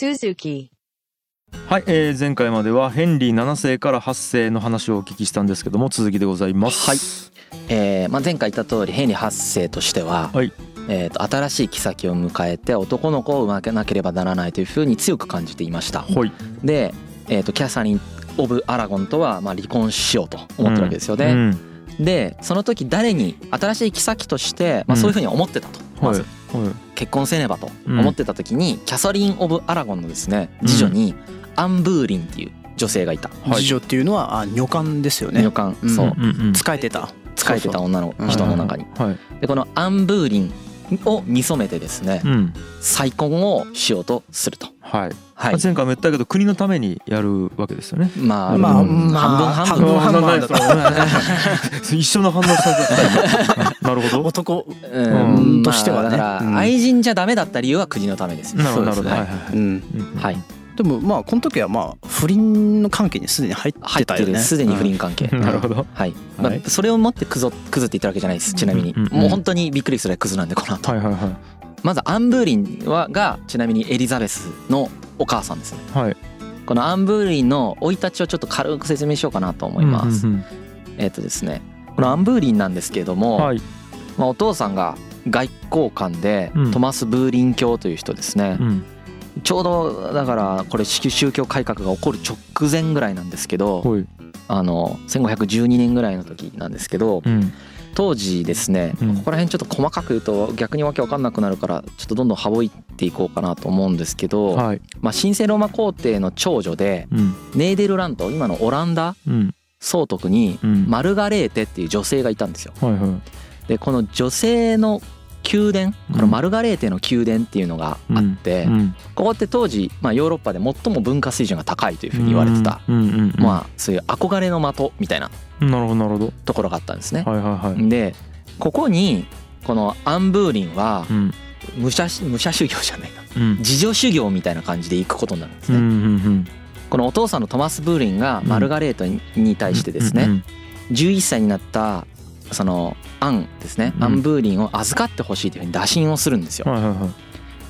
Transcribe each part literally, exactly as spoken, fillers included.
Suzuki。 はい、えー、前回まではヘンリーななせいからはっせいの話をお聞きしたんですけども、続きでございます。 はい、えーまあ、前回言った通りヘンリーはっせいとしては、はい、えー、と新しい妃を迎えて男の子を産まなければならないというふうに強く感じていました。はい、で、えー、とキャサリン・オブ・アラゴンとはまあ離婚しようと思ってるわけですよね。うんうん、でその時誰に新しい妃として、まあ、そういうふうに思ってたと、うん、まず、はいはい、結婚せねばと思ってた時に、キャサリン・オブ・アラゴンのですね次女にアン・ブーリンっていう女性がいた。 次女っていうのはあ女官ですよね。 女官、そう、うんうん、 仕えてた仕えてた女の人の中に。でこのアン・ブーリンを見初めてですね、うん、再婚をしようとすると。はい、はい、前回も言ったけど国のためにやるわけですよね。まあ、まあ、まあ、半分半分半分一緒の反応したなるほど。 男、うん、としてはね、 だから愛人じゃダメだった理由は国のためです。 なるほどなるほど。 はい。 でもまあこの時はまあ不倫の関係にすでに入ってたよね。 すでに不倫関係。 なるほど。 はい。まあそれをもってクズクズって言ったわけじゃないです。ちなみにもう本当にびっくりするクズなんでこの後。はいはいはい。まずアン・ブーリンはがちなみにエリザベスのお母さんですね。はい。このアン・ブーリンの生い立ちをちょっと軽く説明しようかなと思います。えっとですね、このアン・ブーリンなんですけれども、はい、まあお父さんが外交官でトマス・ブーリン教という人ですね。うん、ちょうどだからこれ宗教改革が起こる直前ぐらいなんですけど、はい、あのせんごひゃくじゅうにねんぐらいの時なんですけど、うん、当時ですね、ここら辺ちょっと細かく言うと逆にわけわかんなくなるからちょっとどんどん省いていこうかなと思うんですけど、はい、まあ神聖ローマ皇帝の長女で、うん、ネーデルラント今のオランダ、うん、総督にマルガレーテっていう女性がいたんですよ。はいはい、でこの女性の宮殿、このマルガレーテの宮殿っていうのがあって、うんうん、ここって当時、まあ、ヨーロッパで最も文化水準が高いというふうに言われてた、まあそういう憧れの的みたいなところがあったんですね。はいはいはい、でここにこのアン・ブーリンは武者、武者修行じゃないな、うん、自助修行みたいな感じで行くことになるんですね。うんうんうん、このお父さんのトマス・ブーリンがマルガレートに対してですね、うんうんうん、じゅういっさいになったそのアンですね、うん、アン・ブーリンを預かってほしいというふうに打診をするんですよ。はいはいはい、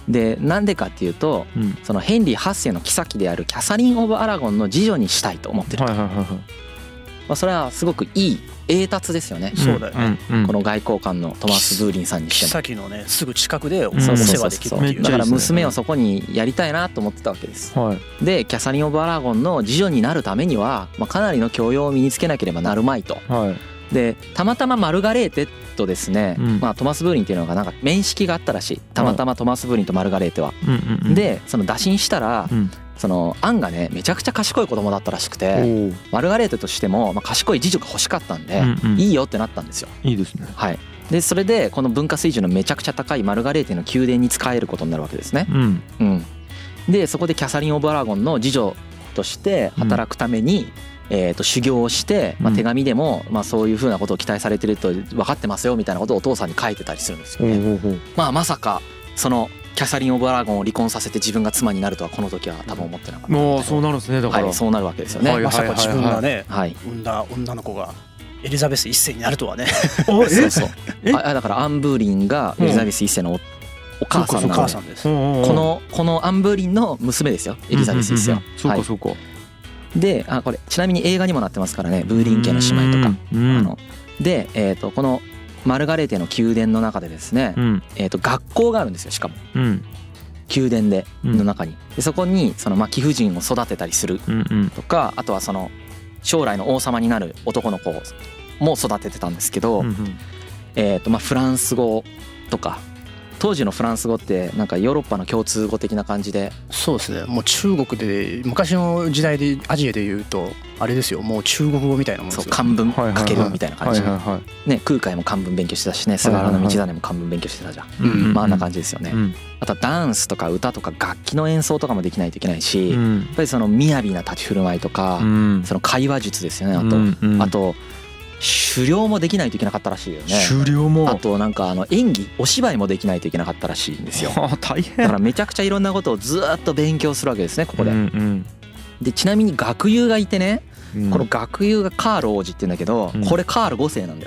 でなんでかっていうと、うん、そのヘンリーはっせいの妃であるキャサリン・オブ・アラゴンの次女にしたいと思ってると。はいはいはいはい、まあ、それはすごくいい栄達ですよね。 そうだよね、 うん、この外交官のトマス・ブーリンさんにしても妃のねすぐ近くでお世話できるっていう。 だから娘をそこにやりたいなと思ってたわけです。はい、でキャサリン・オブ・アラゴンの次女になるためには、まあ、かなりの教養を身につけなければなるまいと。はい、でたまたまマルガレーテとですね、うん、まあ、トマス・ブーリンっていうのがなんか面識があったらしい。たまたまトマス・ブーリンとマルガレーテは、うんうんうん、でその打診したら、うん、そのアンがねめちゃくちゃ賢い子供だったらしくて、マルガレーテとしても、まあ、賢い次女が欲しかったんで、うんうん、いいよってなったんですよ。 いいですね。 はい、でそれでこの文化水準のめちゃくちゃ高いマルガレーテの宮殿に仕えることになるわけですね。うんうん、でそこでキャサリン・オブ・アラゴンの次女として働くために、うん、えー、と修行をして、まあ、手紙でも、まあ、そういうふうなことを期待されてると分かってますよみたいなことをお父さんに書いてたりするんですよね。うんうん、まあ、まさかそのキャサリン・オブ・アラゴンを離婚させて自分が妻になるとはこの時は多分思ってなかった。 もうそうなるんですね。だから、 はい、そうなるわけですよね。 まさか自分がね、はい、産んだ女の子がエリザベス一世になるとはね。 そうそうあだからアン・ブーリンがエリザベス一世の お,、お母さんなので、このこのアン・ブーリンの娘ですよ、エリザベス一世は。 そうかそうか。 であこれちなみに映画にもなってますからね、ブーリン家の姉妹とか。あので、えー、とこのマルガレーテの宮殿の中でですね、うん、えー、と学校があるんですよ。しかも、うん、宮殿での中にでそこにそのまあ貴婦人を育てたりするとか、あとはその将来の王様になる男の子も育ててたんですけど、うんうん、えー、とまあフランス語とか。当時のフランス語ってなんかヨーロッパの共通語的な感じで。 そうですね、もう中国で昔の時代でアジアでいうとあれですよ、もう中国語みたいなもんですよ。 そう漢文書けるみたいな感じね。空海も漢文勉強してたしね、菅原道真も漢文勉強してたじゃん、うん、まああんな感じですよね、うん、あとはダンスとか歌とか楽器の演奏とかもできないといけないし、うん、やっぱりその雅な立ち振る舞いとか、うん、その会話術ですよね。あと、うんうん、あと狩猟もできないといけなかったらしいよね。 狩猟も。 あとなんかあの演技お芝居もできないといけなかったらしいんですよ。 大変。 だからめちゃくちゃいろんなことをずっと勉強するわけですね、ここで。うんうん、でちなみに学友がいてね、うん、この学友がカール王子って言うんだけど、うん、これカールごせいなんだよね。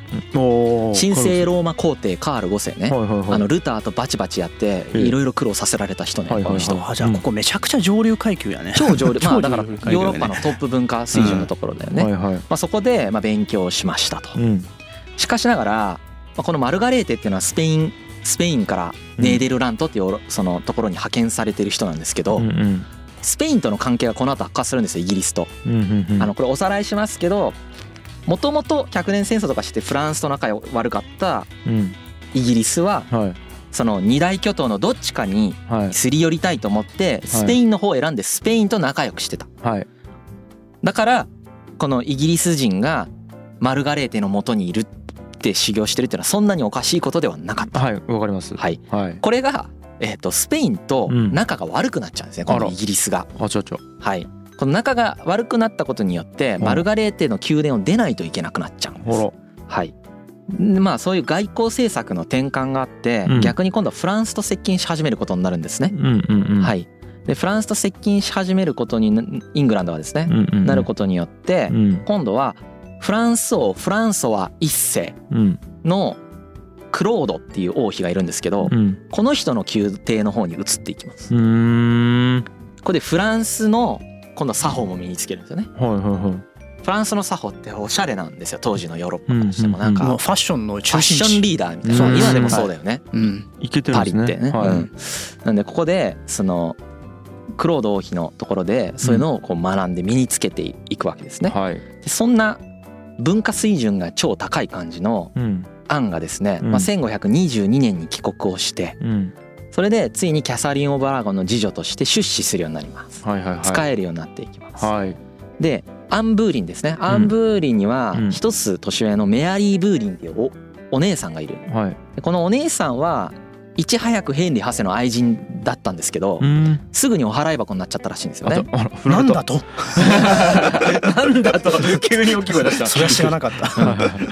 神聖ローマ皇帝カールごせいね、あのルターとバチバチやっていろいろ苦労させられた人ね、この人。 あ、じゃあここめちゃくちゃ上流階級やね。 超上流、まあだからヨーロッパのトップ文化水準のところだよね。まあそこでまあ勉強しましたと。しかしながらこのマルガレーテっていうのはスペインスペインからネーデルラントっていうそのところに派遣されてる人なんですけど、スペインとの関係がこの後悪化するんですよ、イギリスと。あのこれおさらいしますけど、もともと百年戦争とかしてフランスと仲悪かったイギリスはその二大巨頭のどっちかにすり寄りたいと思ってスペインの方を選んでスペインと仲良くしてた。だからこのイギリス人がマルガレーテの元にいるって修行してるっていうのはそんなにおかしいことではなかった。 はい、わかります。 はい、これがえとスペインと仲が悪くなっちゃうんですね、このイギリスが。 あちょちょ。 はい。この仲が悪くなったことによってマルガレーテの宮殿を出ないといけなくなっちゃうんです。はい。まあそういう外交政策の転換があって、逆に今度はフランスと接近し始めることになるんですね。はい。でフランスと接近し始めることにイングランドはですね、なることによって今度はフランス王フランソワ一世のクロードっていう王妃がいるんですけど、この人の宮廷の方に移っていきます。これでフランスの今度は作法も身につけるんですよね。はいはいはい。フランスの作法っておしゃれなんですよ、当時のヨーロッパからしても。なんかファッションの中心地、ファッションリーダーみたいな、今でもそうだよね。 いけてるんですね。 パリってね。なんでここでそのクロード王妃のところでそういうのをこう学んで身につけていくわけですね。でそんな文化水準が超高い感じのアンがですね、まあせんごひゃくにじゅうにねんに帰国をして。それでついにキャサリン・オブ・アラゴンの次女として出仕するようになります。使えるようになっていきます。でアン・ブーリンですね。アン・ブーリンには一つ年上のメアリー・ブーリンっていう お, お姉さんがいる。でこのお姉さんはいち早くヘンリーはっせいの愛人だったんですけど、すぐにお払い箱になっちゃったらしいんですよね。 なんだとなんだと急に大きい声出した。 それは知らなかった。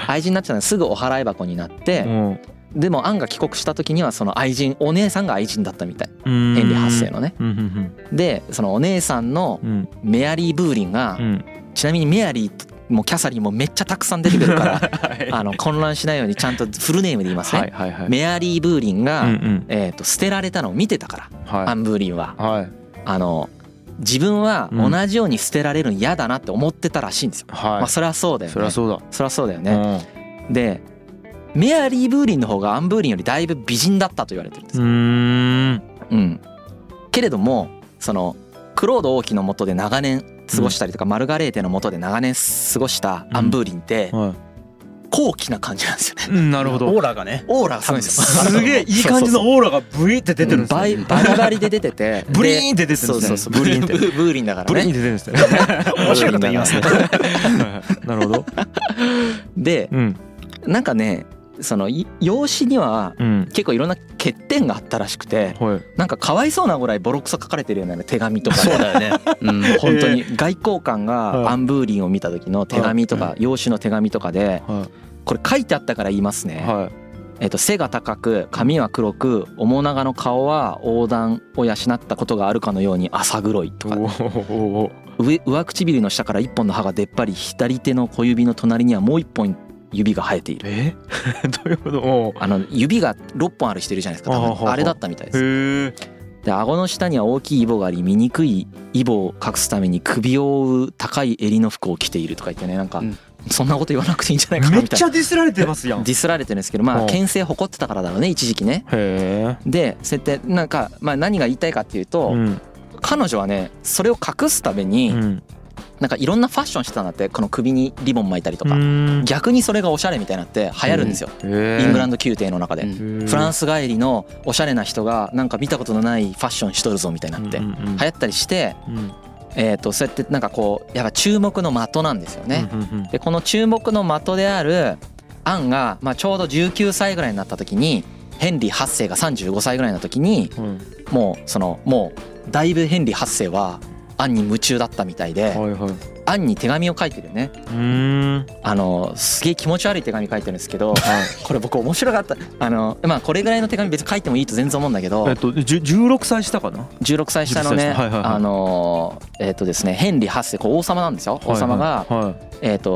愛人になっちゃったのですぐお払い箱になって、でもアンが帰国した時にはその愛人お姉さんが愛人だったみたい。ヘンリーはっせいのね。でそのお姉さんのメアリー・ブーリンが、ちなみにメアリーもキャサリンもめっちゃたくさん出てくるからあの混乱しないようにちゃんとフルネームで言いますね。メアリー・ブーリンがえと捨てられたのを見てたから、アン・ブーリンはあの自分は同じように捨てられるの嫌だなって思ってたらしいんですよ。まあそれはそうだよね。 それはそうだ。 それはそうだよね。でメアリー・ブーリンの方がアン・ブーリンよりだいぶ美人だったと言われてるんですよ。うん。けれどもそのクロード王妃の下で長年過ごしたりとか、マルガレーテの下で長年過ごしたアン・ブーリンって高貴な感じなんですよね。 なるほど。 オーラがね。 オーラがすごいんですよ。 すげえいい感じのオーラがブリって出てるんですよ。 バリバリで出ててブリーンって出てるんですね。 そうそうそう。ブリーンってブーリンだからね。 ブリーンって出てるんですね。 面白いこと言いますね。 なるほど。 でなんかねその用紙には結構いろんな欠点があったらしくて、なんかかわいそうなぐらいボロクソ書かれてるような手紙とか、 そうだよね。 本当に外交官がアン・ブーリンを見た時の手紙とか用紙の手紙とかで、これ書いてあったから言いますね。えっと背が高く髪は黒く面長の顔は横断を養ったことがあるかのように浅黒いとか、上上唇の下から一本の歯が出っ張り、左手の小指の隣にはもう一本指が生えている。 えどういうこと？ あの指がろっぽんある人いるじゃないですか。多分あれだったみたいです。で顎の下には大きいイボがあり、醜いイボを隠すために首を覆う高い襟の服を着ているとか言ってね、なんかそんなこと言わなくていいんじゃないかなみたいな。 めっちゃディスられてますやん。 ディスられてるんですけど、まあ牽制誇ってたからだろうね、一時期ね。でそうやってなんかまあ何が言いたいかっていうと、彼女はねそれを隠すためになんかいろんなファッションしてたんだって。この首にリボン巻いたりとか、逆にそれがおしゃれみたいになって流行るんですよ、イングランド宮廷の中で。フランス帰りのおしゃれな人がなんか見たことのないファッションしとるぞみたいになって流行ったりして、えーとそうやってなんかこうやっぱ注目の的なんですよね。でこの注目の的であるアンがまあちょうどじゅうきゅうさいぐらいになった時に、ヘンリーはっせいがさんじゅうごさいぐらいの時にもうそのもうだいぶヘンリーはっせいはアンに夢中だったみたいで、はいはい、アンに手紙を書いてるね。うーんあのすげえ気持ち悪い手紙書いてるんですけど、はい、これ僕面白かった。あのまあこれぐらいの手紙別に書いてもいいと全然思うんだけど、 えっとじゅうろくさい下かな。 じゅうろくさい下のね、はいはいはい、あのえっとですねヘンリーはっせいこう王様なんですよ。王様が、はいはい、えっと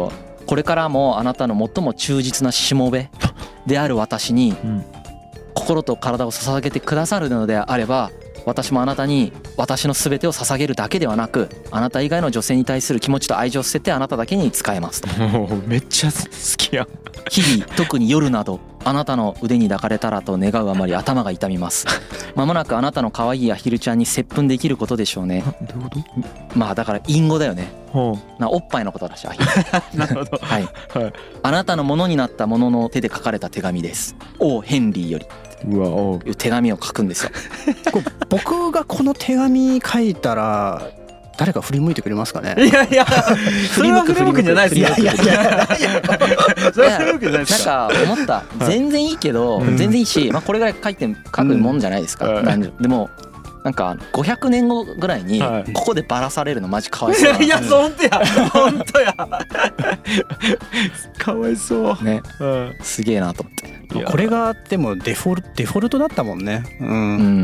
これからもあなたの最も忠実なしもべである私に心と体を捧げてくださるのであれば、私もあなたに私の全てを捧げるだけではなく、あなた以外の女性に対する気持ちと愛情を捨ててあなただけに仕えますと。 めっちゃ好きやん。 日々特に夜などあなたの腕に抱かれたらと願うあまり頭が痛みます。まもなくあなたの可愛いアヒルちゃんに接吻できることでしょうね。 どういうこと？ まあだから隠語だよね。 ほうなおっぱいのことだし、アヒル。 なるほど。 はい、はい。あなたのものになったものの手で書かれた手紙です。王ヘンリーより。 うわ、おいう手紙を書くんですよ。 僕がこの手紙書いたら誰か振り向いてくれますかね。 いやいや、それは振り向くんじゃないですよ。いやいやいや、それは振り向くんじゃないですか。 なんか思った、全然いいけど、全然いいし、まあこれぐらい書いて書くもんじゃないですか。でもなんかごひゃくねんごぐらいにここでバラされるのマジかわいそう。 いや本当や本当や。かわいそうね。すげえなと思って。 これがでもデフォルデフォルトだったもんね。うん。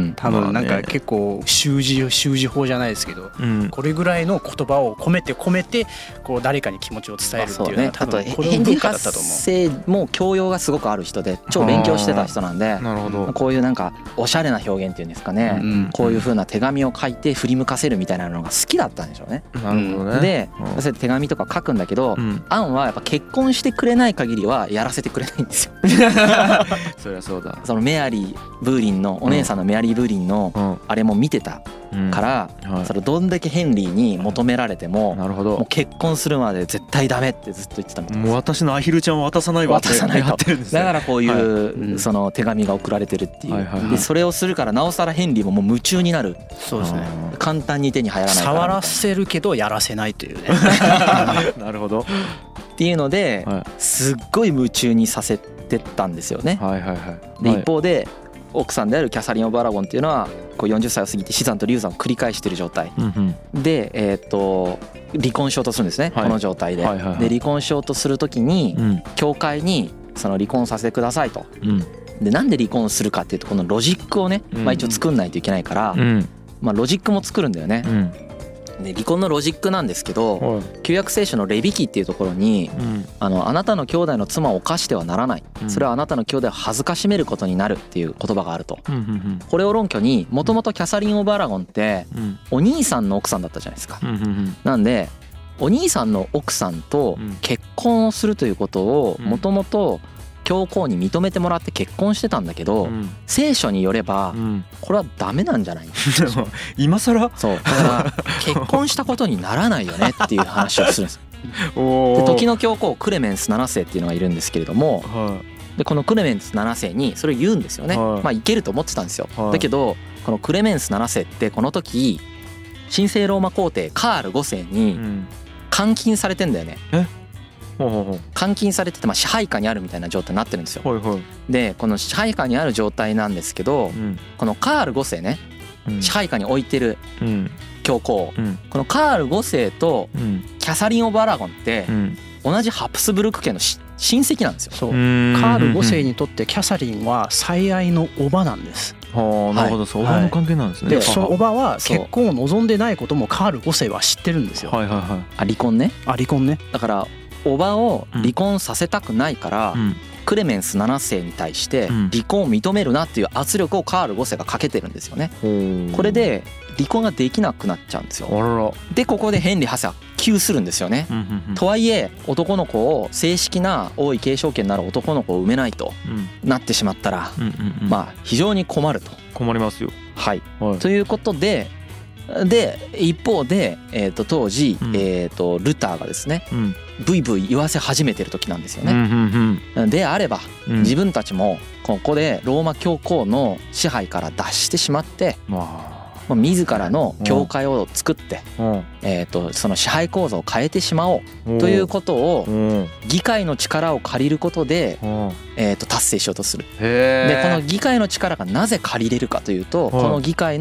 多分なんか結構習字習字法じゃないですけど、これぐらいの言葉を込めて込めてこう誰かに気持ちを伝えるっていうのは多分これ文化だったと思う。 ヘンリーはっせいも教養がすごくある人で超勉強してた人なんで、 なるほど。 こういうなんかおしゃれな表現っていうんですかね。こういう風な手紙を書いて振り向かせるみたいなのが好きだったんでしょうね。 なるほどね。 で、そうやって手紙とか書くんだけど、アンはやっぱ結婚してくれない限りはやらせてくれないんですよ。 そりゃそうだ。 そのメアリー・ブーリンのお姉さんのメアリー・ブーリンのあれも見てたから、それどんだけヘンリーに求められても、 なるほど、 もう結婚するまで絶対ダメってずっと言ってたみたいです。 もう私のアヒルちゃんを渡さないわって渡さないと。 てるんですね。 だからこういうその手紙が送られてるっていう。でそれをするからなおさらヘンリーももう夢中になる。 そうですね。 簡単に手に入らないから。 触らせるけどやらせないというね。 なるほど。 っていうのですっごい夢中にさせてったんですよね。 はいはいはい。 で一方で奥さんであるキャサリン・オブ・アラゴンっていうのはこうよんじゅっさいを過ぎて死産と流産を繰り返している状態で、えーと離婚しようとするんですね、この状態で。で離婚しようとする時に教会にその離婚させてくださいと。でなんで離婚するかっていうとこのロジックをね、まあ一応作んないといけないから、まあロジックも作るんだよね。で離婚のロジックなんですけど、旧約聖書のレビ記っていうところに、あのあなたの兄弟の妻を犯してはならない、それはあなたの兄弟を恥ずかしめることになるっていう言葉があると。これを論拠にもともとキャサリン・オブ・アラゴンってお兄さんの奥さんだったじゃないですか。なんでお兄さんの奥さんと結婚をするということをもともと教皇に認めてもらって結婚してたんだけど、うん、聖書によればこれはダメなんじゃない今更そうだから結婚したことにならないよねっていう話をするんですで時の教皇クレメンスななせいっていうのがいるんですけれども、はい、でこのクレメンスななせいにそれを言うんですよね、はい、まあいけると思ってたんですよ、はい、だけどこのクレメンスななせいってこの時神聖ローマ皇帝カールごせいに監禁されてんだよね、うん、え監禁されてて、まあ、支配下にあるみたいな状態になってるんですよ。はいはい、でこの支配下にある状態なんですけど、うん、このカールごせいね、うん、支配下に置いてる教皇、うん、このカールごせいとキャサリン・オブ・アラゴンって、うん、同じハプスブルク家の親戚なんですよ。 そうカールごせいにとってキャサリンは最愛の叔母なんです。 はあ、なるほど、そう、叔母の関係なんですね。 でその叔母は結婚を望んでないこともカールごせいは知ってるんですよ。 はいはいはい。 あ離婚ね。 あ離婚ね。 だから叔母を離婚させたくないから、うん、クレメンスななせいに対して離婚を認めるなっていう圧力をカールごせいがかけてるんですよね。これで離婚ができなくなっちゃうんですよ。 あらら。 でここでヘンリーはっせいは急するんですよね、うんうんうん、とはいえ男の子を正式な王位継承権のある男の子を産めないとなってしまったら、うんうんうん、まあ非常に困ると。 困りますよ。 はい、はい、ということでで一方で、えー、と当時、うんえー、とルターがですね、うん、ブイブイ言わせ始めてる時なんですよね、うんうんうん、であれば、うん、自分たちもここでローマ教皇の支配から脱してしまって、まあ自らの教会を作って、えー、とその支配構造を変えてしまおうということを議会の力を借りることで、えー、と達成しようとする。でこの議会の力がなぜ借りれるかというと、この議会の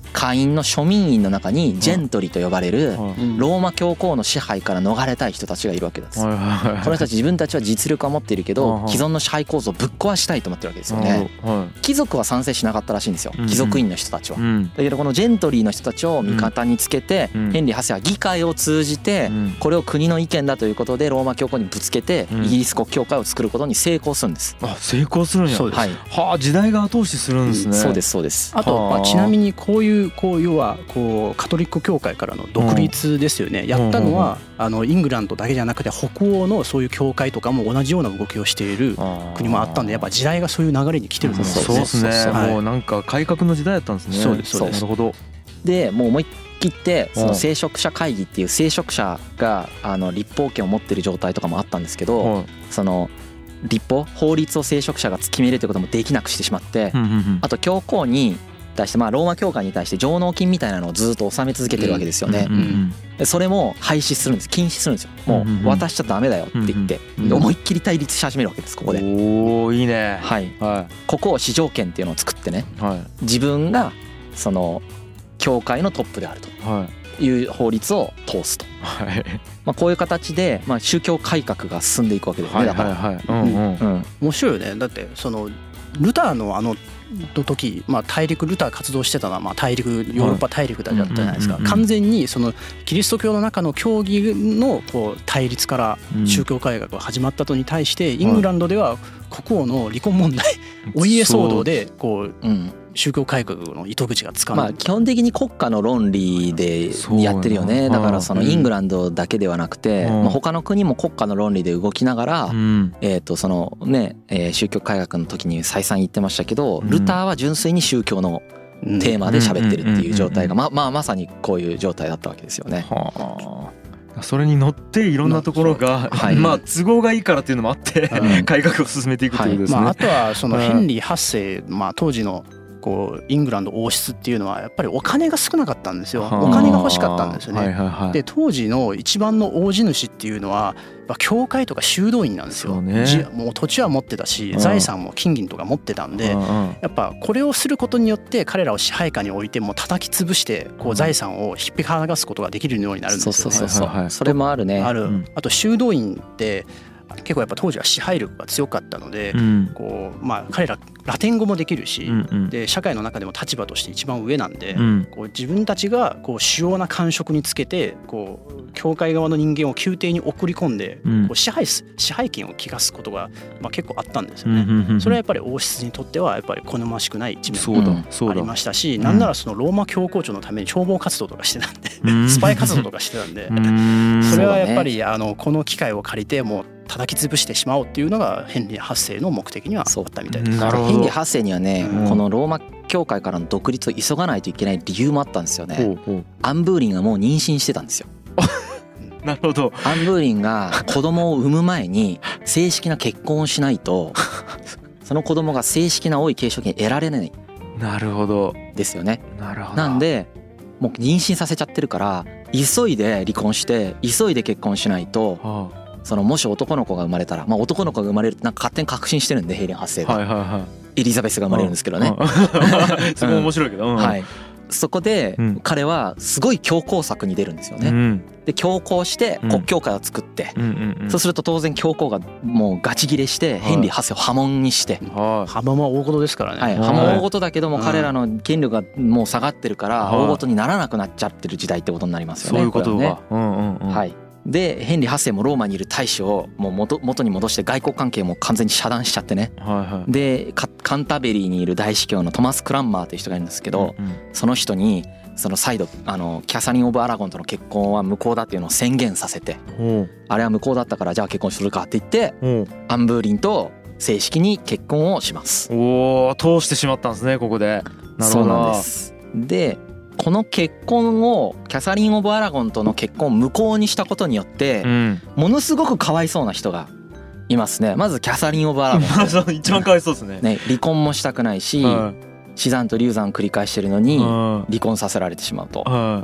会員の庶民院の中にジェントリーと呼ばれるローマ教皇の支配から逃れたい人たちがいるわけです。この人たち自分たちは実力は持っているけど既存の支配構造をぶっ壊したいと思ってるわけですよね。貴族は賛成しなかったらしいんですよ、貴族院の人たちは。だけどこのジェントリーの人たちを味方につけてヘンリーはっせいは議会を通じてこれを国の意見だということでローマ教皇にぶつけてイギリス国教会を作ることに成功するんです。 あ、成功するんや。 そうです。はい。 はあ、時代が後押しするんですね。 そうですそうです。 あとまあちなみにこういうこう要はこうカトリック教会からの独立ですよね。やったのはあのイングランドだけじゃなくて北欧のそういう教会とかも同じような動きをしている国もあったんで、やっぱ時代がそういう流れに来てると思うんですね。 そうですね。もうなんか改革の時代だったんですね。 そうですそうです。 なるほど。 でもう思い切ってその聖職者会議っていう聖職者があの立法権を持ってる状態とかもあったんですけど、その立法法律を聖職者が決めるということもできなくしてしまって、あと教皇に対してまあローマ教会に対して上納金みたいなのをずっと納め続けてるわけですよね。それも廃止するんです、禁止するんですよ。もう渡しちゃダメだよって言って思いっきり対立し始めるわけです、ここで。 おー、いいね。 はい、ここを市場権っていうのを作ってね、自分がその教会のトップであるという法律を通すと。まあこういう形でまあ宗教改革が進んでいくわけですね。だから面白いよね。だってそのルターのあの時、まあ、大陸ルター活動してたのはまあ大陸ヨーロッパ大陸だったじゃないですか。完全にそのキリスト教の中の教義のこう対立から宗教改革が始まったとに対してイングランドでは国王の離婚問題お家騒動でこう宗教改革の糸口がつかない。 まあ基本的に国家の論理でやってるよね。だからそのイングランドだけではなくて、まあ他の国も国家の論理で動きながら、えっとそのね宗教改革の時に再三言ってましたけど、ルターは純粋に宗教のテーマで喋ってるっていう状態がまあまあまさにこういう状態だったわけですよね。 それに乗っていろんなところが、はい、まあ都合がいいからっていうのもあって改革を進めていくということですね。 はい、まあ、あとはそのヘンリーはっせい、まあ当時のこうイングランド王室っていうのはやっぱりお金が少なかったんですよ。お金が欲しかったんですよね。はいはいはい、で当時の一番の大地主っていうのは教会とか修道院なんですよ。ね、もう土地は持ってたし財産も金銀とか持ってたんで、やっぱこれをすることによって彼らを支配下に置いても叩き潰してこう財産を引っぺ剥がすことができるようになるんですよね。 そうそうそうそう。それもあるね。 ある。あと修道院って結構やっぱ当時は支配力が強かったので、こうまあ彼らラテン語もできるし、で社会の中でも立場として一番上なんで、こう自分たちがこう主要な官職につけてこう教会側の人間を宮廷に送り込んでこう支配す支配権を利かすことがまあ結構あったんですよね。それはやっぱり王室にとってはやっぱり好ましくない一面もありましたし、なんならそのローマ教皇庁のために諜報活動とかしてたんでスパイ活動とかしてたんで、それはやっぱりあのこの機会を借りてもう叩き潰してしまおうっていうのがヘンリーはっせいの目的にはあったみたいです。 ヘンリーはっせいにはね、うん、このローマ教会からの独立を急がないといけない理由もあったんですよね。ううアン・ブーリンがもう妊娠してたんですよ。 なるほど。 アン・ブーリンが子供を産む前に正式な結婚をしないとその子供が正式な王位継承権得られない。 なるほど。 ですよね。 なるほど。 なんでもう妊娠させちゃってるから急いで離婚して急いで結婚しないと、はあ、そのもし男の子が生まれたら、まあ、男の子が生まれるってなんか勝手に確信してるんでヘイレンはっせいが、はいはいはい、エリザベスが生まれるんですけどね。 そこ面白いけど、うん、 はい、そこで彼はすごい強硬策に出るんですよね。うん、で強行して国教会を作って、うん、そうすると当然教皇がもうガチギレしてヘンリーはっせいを破門にして、 はい、破門は大事ですからね。 はい、破門は大事だけども彼らの権力がもう下がってるから大事にならなくなっちゃってる時代ってことになりますよね。 そういうことが、ね、 うんうんうん、はい。でヘンリーはっせいもローマにいる大使をもう 元, 元に戻して外交関係も完全に遮断しちゃってね、はいはい、でカンタベリーにいる大司教のトマス・クランマーという人がいるんですけど、うんうん、その人にその再度あのキャサリン・オブ・アラゴンとの結婚は無効だっていうのを宣言させて、あれは無効だったからじゃあ結婚するかって言ってアン・ブーリンと正式に結婚をします。 おー、通してしまったんですねここで。 なるほど。そうなんです。でこの結婚をキャサリン・オブ・アラゴンとの結婚を無効にしたことによって、うん、ものすごくかわいそうな人がいますね。まずキャサリン・オブ・アラゴン一番かわいそうですね。 ね、離婚もしたくないし、はい、死産と流産を繰り返してるのに離婚させられてしまうと、はい、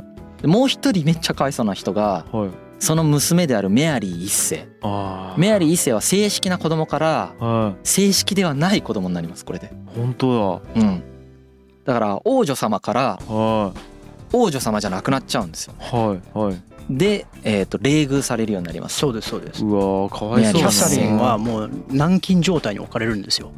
もう一人めっちゃかわいそうな人が、はい、その娘であるメアリー一世。メアリー一世は正式な子供から正式ではない子供になりますこれで。 本当だ。 うん。 だから王女様から王女様じゃなくなっちゃうんですよ。 はいはい。 で、えー、と冷遇されるようになります。 そうですそうです。 うわかわいそう。 キャサリンはもう軟禁状態に置かれるんですよ。うん、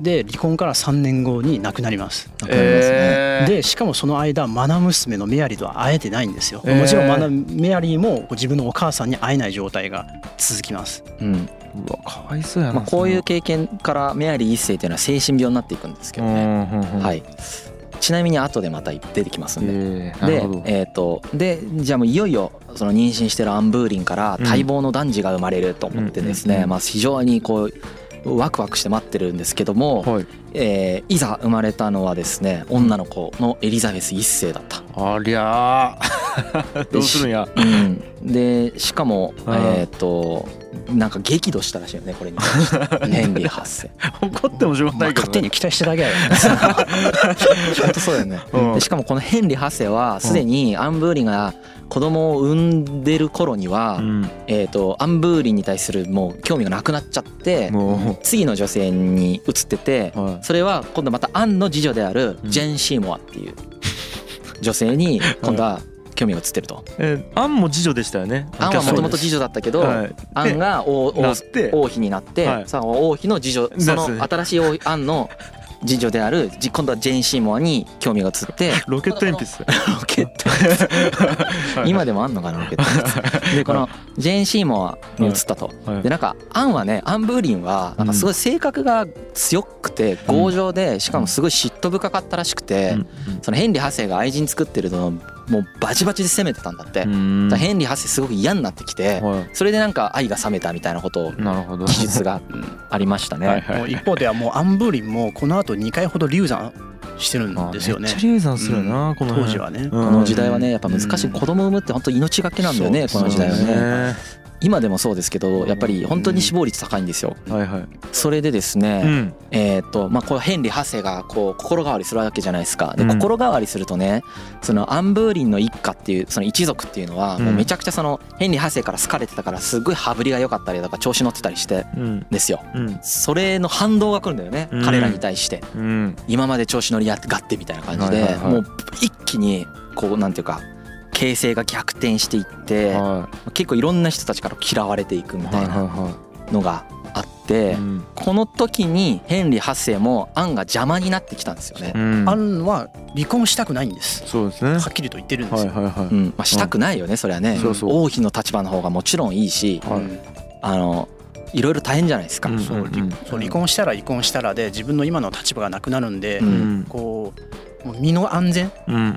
で離婚からさんねんごに亡くなります。亡くなりますね。えー、でしかもその間マナ娘のメアリーとは会えてないんですよ。えー、もちろんマナメアリーも自分のお母さんに会えない状態が続きます。 うん、 うわかわいそうやな。 まあ、こういう経験からメアリー一世っていうのは精神病になっていくんですけどね。はい。ちなみに後でまた出てきますんで、えー、で、えー、とでじゃあもういよいよその妊娠してるアンブーリンから待望の男児が生まれると思ってですね、まあ非常にこうワクワクして待ってるんですけども、はい、えー、いざ生まれたのはですね女の子のエリザベス一世だった。 ありゃーどうするんや。 うん、でしかもえっ、ー、となんか激怒したらしいよねこれにヘンリーはっせい。 怒ってもしょうがないけど、ね、 勝手に期待してるだけやよ。 本当そうだよね。でしかもこのヘンリーはっせいはすでにアンブーリンが子供を産んでる頃には、うん、えーとアンブーリンに対するもう興味がなくなっちゃって次の女性に移ってて、はい、それは今度またアンの次女であるジェン・シーモアっていう女性に今度は興味が移ってると。 えー、アンも次女でしたよね。 アンはもともと次女だったけど、はい、アンが 王, 王, 王妃になって、はい、さあ王妃の次女その新しい王アンの次女である今度はジェーン・シーモアに興味が移ってロケット鉛筆ロケット鉛筆今でもあんのかなロケット鉛筆でこのジェーン・シーモアに移ったと。でなんかアンはねアンブーリンはなんかすごい性格が強くて強情でしかもすごい嫉妬深かったらしくて、そのヘンリーはっせいが愛人作ってるのをもうバチバチで攻めてたんだって。だからヘンリーはっせいすごく嫌になってきてそれでなんか愛が冷めたみたいなことを記述がありましたね。 一方ではもうアンブーリンもこの後にかいほど流産してるんですよね。 めっちゃ流産するな、うん、この当時はね。 この時代はねやっぱ難しい。子供産むって本当命がけなんだよね、この時代はね。今でもそうですけどやっぱり本当に死亡率高いんですよ。はいはい。それでですね、うん、えっとまあこうヘンリーはっせいがこう心変わりするわけじゃないですか。で心変わりするとねそのアンブーリンの一家っていうその一族っていうのはもうめちゃくちゃそのヘンリーはっせいから好かれてたからすごい羽振りが良かったりとか調子乗ってたりしてですよ。うん、それの反動が来るんだよね、うん、彼らに対して、うん、今まで調子乗りやがってみたいな感じで、はいはいはい、もう一気にこうなんていうか形勢が逆転していって、はい、結構いろんな人たちから嫌われていくみたいなのがあって、はいはいはい、この時にヘンリーはっせいもアンが邪魔になってきたんですよね。うん、 アンは離婚したくないんです。 そうですね。 はっきりと言ってるんですよ。 はいはいはい。うん、まあ、したくないよねそれはね。そうそう。王妃の立場の方がもちろんいいし、はい、あのいろいろ大変じゃないですか。うん、 そう、うん、そう離婚したら離婚したらで自分の今の立場がなくなるんで、うん、こう。もう身の安全、うんうんうん、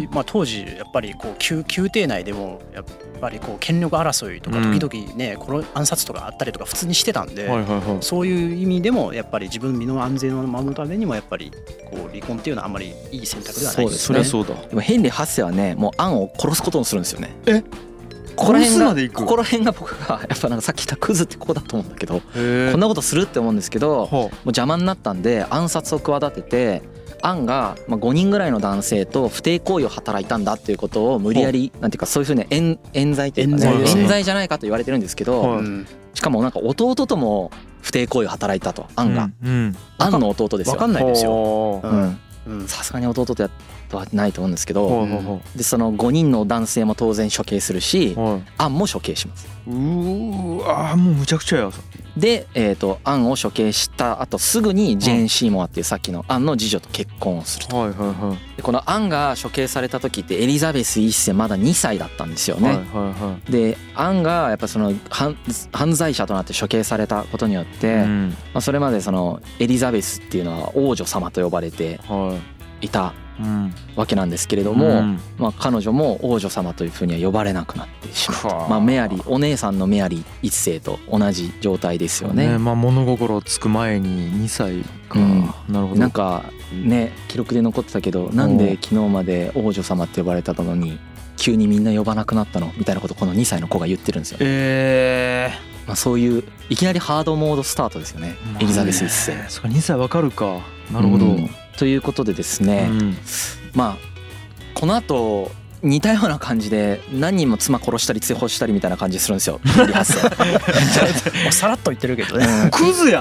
まあ、当時やっぱりこう 宮, 宮廷内でもやっぱりこう権力争いとか時々ね、うん、この暗殺とかあったりとか普通にしてたんで、はいはいはい、そういう意味でもやっぱり自分身の安全を守るためにもやっぱりこう離婚っていうのはあんまりいい選択ではないですね。 そうですね。それはそうだ。でもヘンリーはっせいはねもうアンを殺すことにするんですよね。 えここら辺がここら辺が僕がやっぱなんかさっき言ったクズってここだと思うんだけどこんなことするって思うんですけどもう邪魔になったんで暗殺を企ててアンがごにんぐらいの男性と不貞行為を働いたんだっていうことを無理やりなんていうかそういうふうに冤冤罪っていうかね冤罪じゃないかと言われてるんですけどしかもなんか弟とも不貞行為を働いたとアンがアンの弟ですよ。 分かんないですよ。 さすがに弟とはないと思うんですけどでそのごにんの男性も当然処刑するしアンも処刑します。 うーあーもうむちゃくちゃや。 で、えー、とアンを処刑した後すぐにジェーン・シーモアっていうさっきのアンの次女と結婚をすると、はいはいはい、でこのアンが処刑された時ってエリザベス一世まだにさいだったんですよね、はいはいはい、でアンがやっぱその犯罪者となって処刑されたことによって、うんまあ、それまでそのエリザベスっていうのは王女様と呼ばれていたわけなんですけれども、うんまあ、彼女も王女様というふうには呼ばれなくなってしまう、まあ、メアリーお姉さんのメアリー一世と同じ状態ですよね。ねまあ、物心つく前ににさいか、うん、なるほど。 なんかね記録で残ってたけどなんで昨日まで王女様って呼ばれたのに急にみんな呼ばなくなったのみたいなことこのにさいの子が言ってるんですよ。 えーまあ、そういういきなりハードモードスタートですよね、まあ、エリザベス一世。 そっかにさいわかるか。なるほど、うんということでですね、うん、まあこの後似たような感じで何人も妻殺したり追放したりみたいな感じするんですよ。さらっと言ってるけどね。 クズやん。 い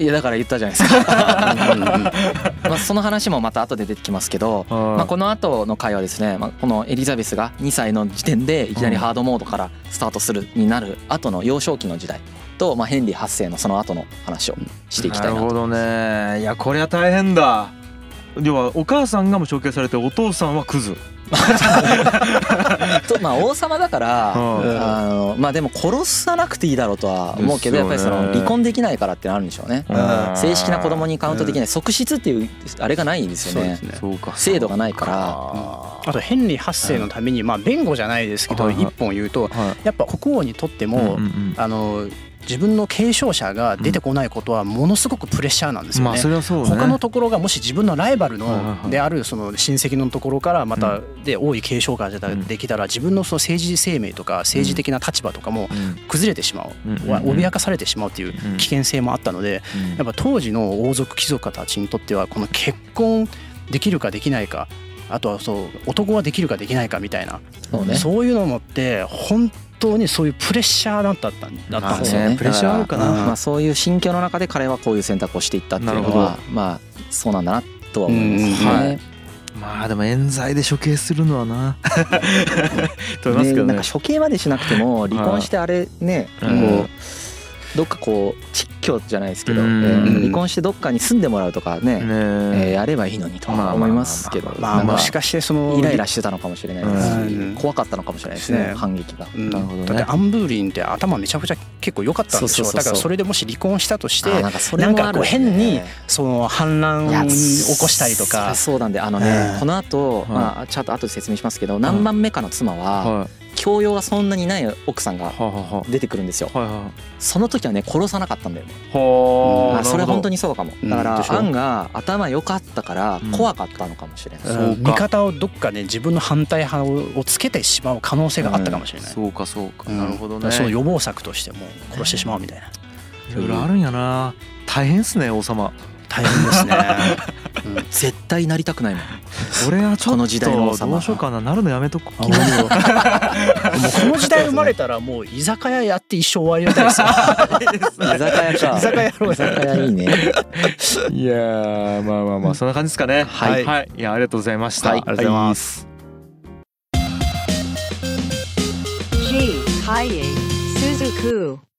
いやだから言ったじゃないですかまあその話もまた後で出てきますけど、まあこの後の回はですね、まあこのエリザベスがにさいの時点でいきなりハードモードからスタートするになる後の幼少期の時代と、まあヘンリーはっせいのその後の話をしていきたいなと。 なるほどね。いやこれは大変だ。要はお母さんがも処刑されてお父さんはクズとまあ王様だから、あのまあでも殺さなくていいだろうとは思うけど、やっぱりその離婚できないからってのあるんでしょうね。正式な子供にカウントできない、側室っていうあれがないんですよね。制度がないから。 あとヘンリーはっせいのためにまあ弁護じゃないですけど一本言うと、やっぱ国王にとってもあの自分の継承者が出てこないことはものすごくプレッシャーなんですよね。 まあそれはそうね。 他のところがもし自分のライバルのであるその親戚のところからまたで王位継承ができたら自分のその政治生命とか政治的な立場とかも崩れてしまう、脅かされてしまうっていう危険性もあったので、やっぱ当時の王族貴族たちにとってはこの結婚できるかできないか、あとはそう男はできるかできないかみたいな、そうね、そういうのもって本当にそういうプレッシャーだっただったんですよね。 プレッシャーあるかな。まあそういう心境の中で彼はこういう選択をしていったっていうのはまあそうなんだなとは思いますね。 まあでも冤罪で処刑するのはなと思いますけどね。 なんか処刑までしなくても離婚してあれね、こうどっかこう窒居じゃないですけど、離婚してどっかに住んでもらうとかね、えやればいいのにと思いますけど、 まあもしかしてそのイライラしてたのかもしれないですし、怖かったのかもしれないですね、反撃が。 なるほどね。だってアンブーリンって頭めちゃくちゃ結構良かったんでしょ。だからそれでもし離婚したとしてなんかこう変にその反乱を起こしたりとか。 そうなんで、あのねこの後まあちゃんと後で説明しますけど、何番目かの妻は教養がそんなにない奥さんが出てくるんですよ。その時はね殺さなかったんだよね。それ本当にそうかも。だからアンが頭良かったから怖かったのかもしれない。 味方をどっかね自分の反対派をつけてしまう可能性があったかもしれない。 そうかそうか。なるほどね。 その予防策としても殺してしまうみたいな。 いろいろあるんやな。大変ですね王様。 大変ですね。 絶対なりたくないもん。 俺はちょっとこの時代の王様どうしようかな、なるのやめとこう。もうこの時代生まれたらもう居酒屋やって一生終わりみたいですよ。 居酒屋か。 居酒屋やろう。 居酒屋いいね。 いやーまあまあまあそんな感じですかね。 はいはい。いやありがとうございました。 ありがとうございます。 G ハイエイスズク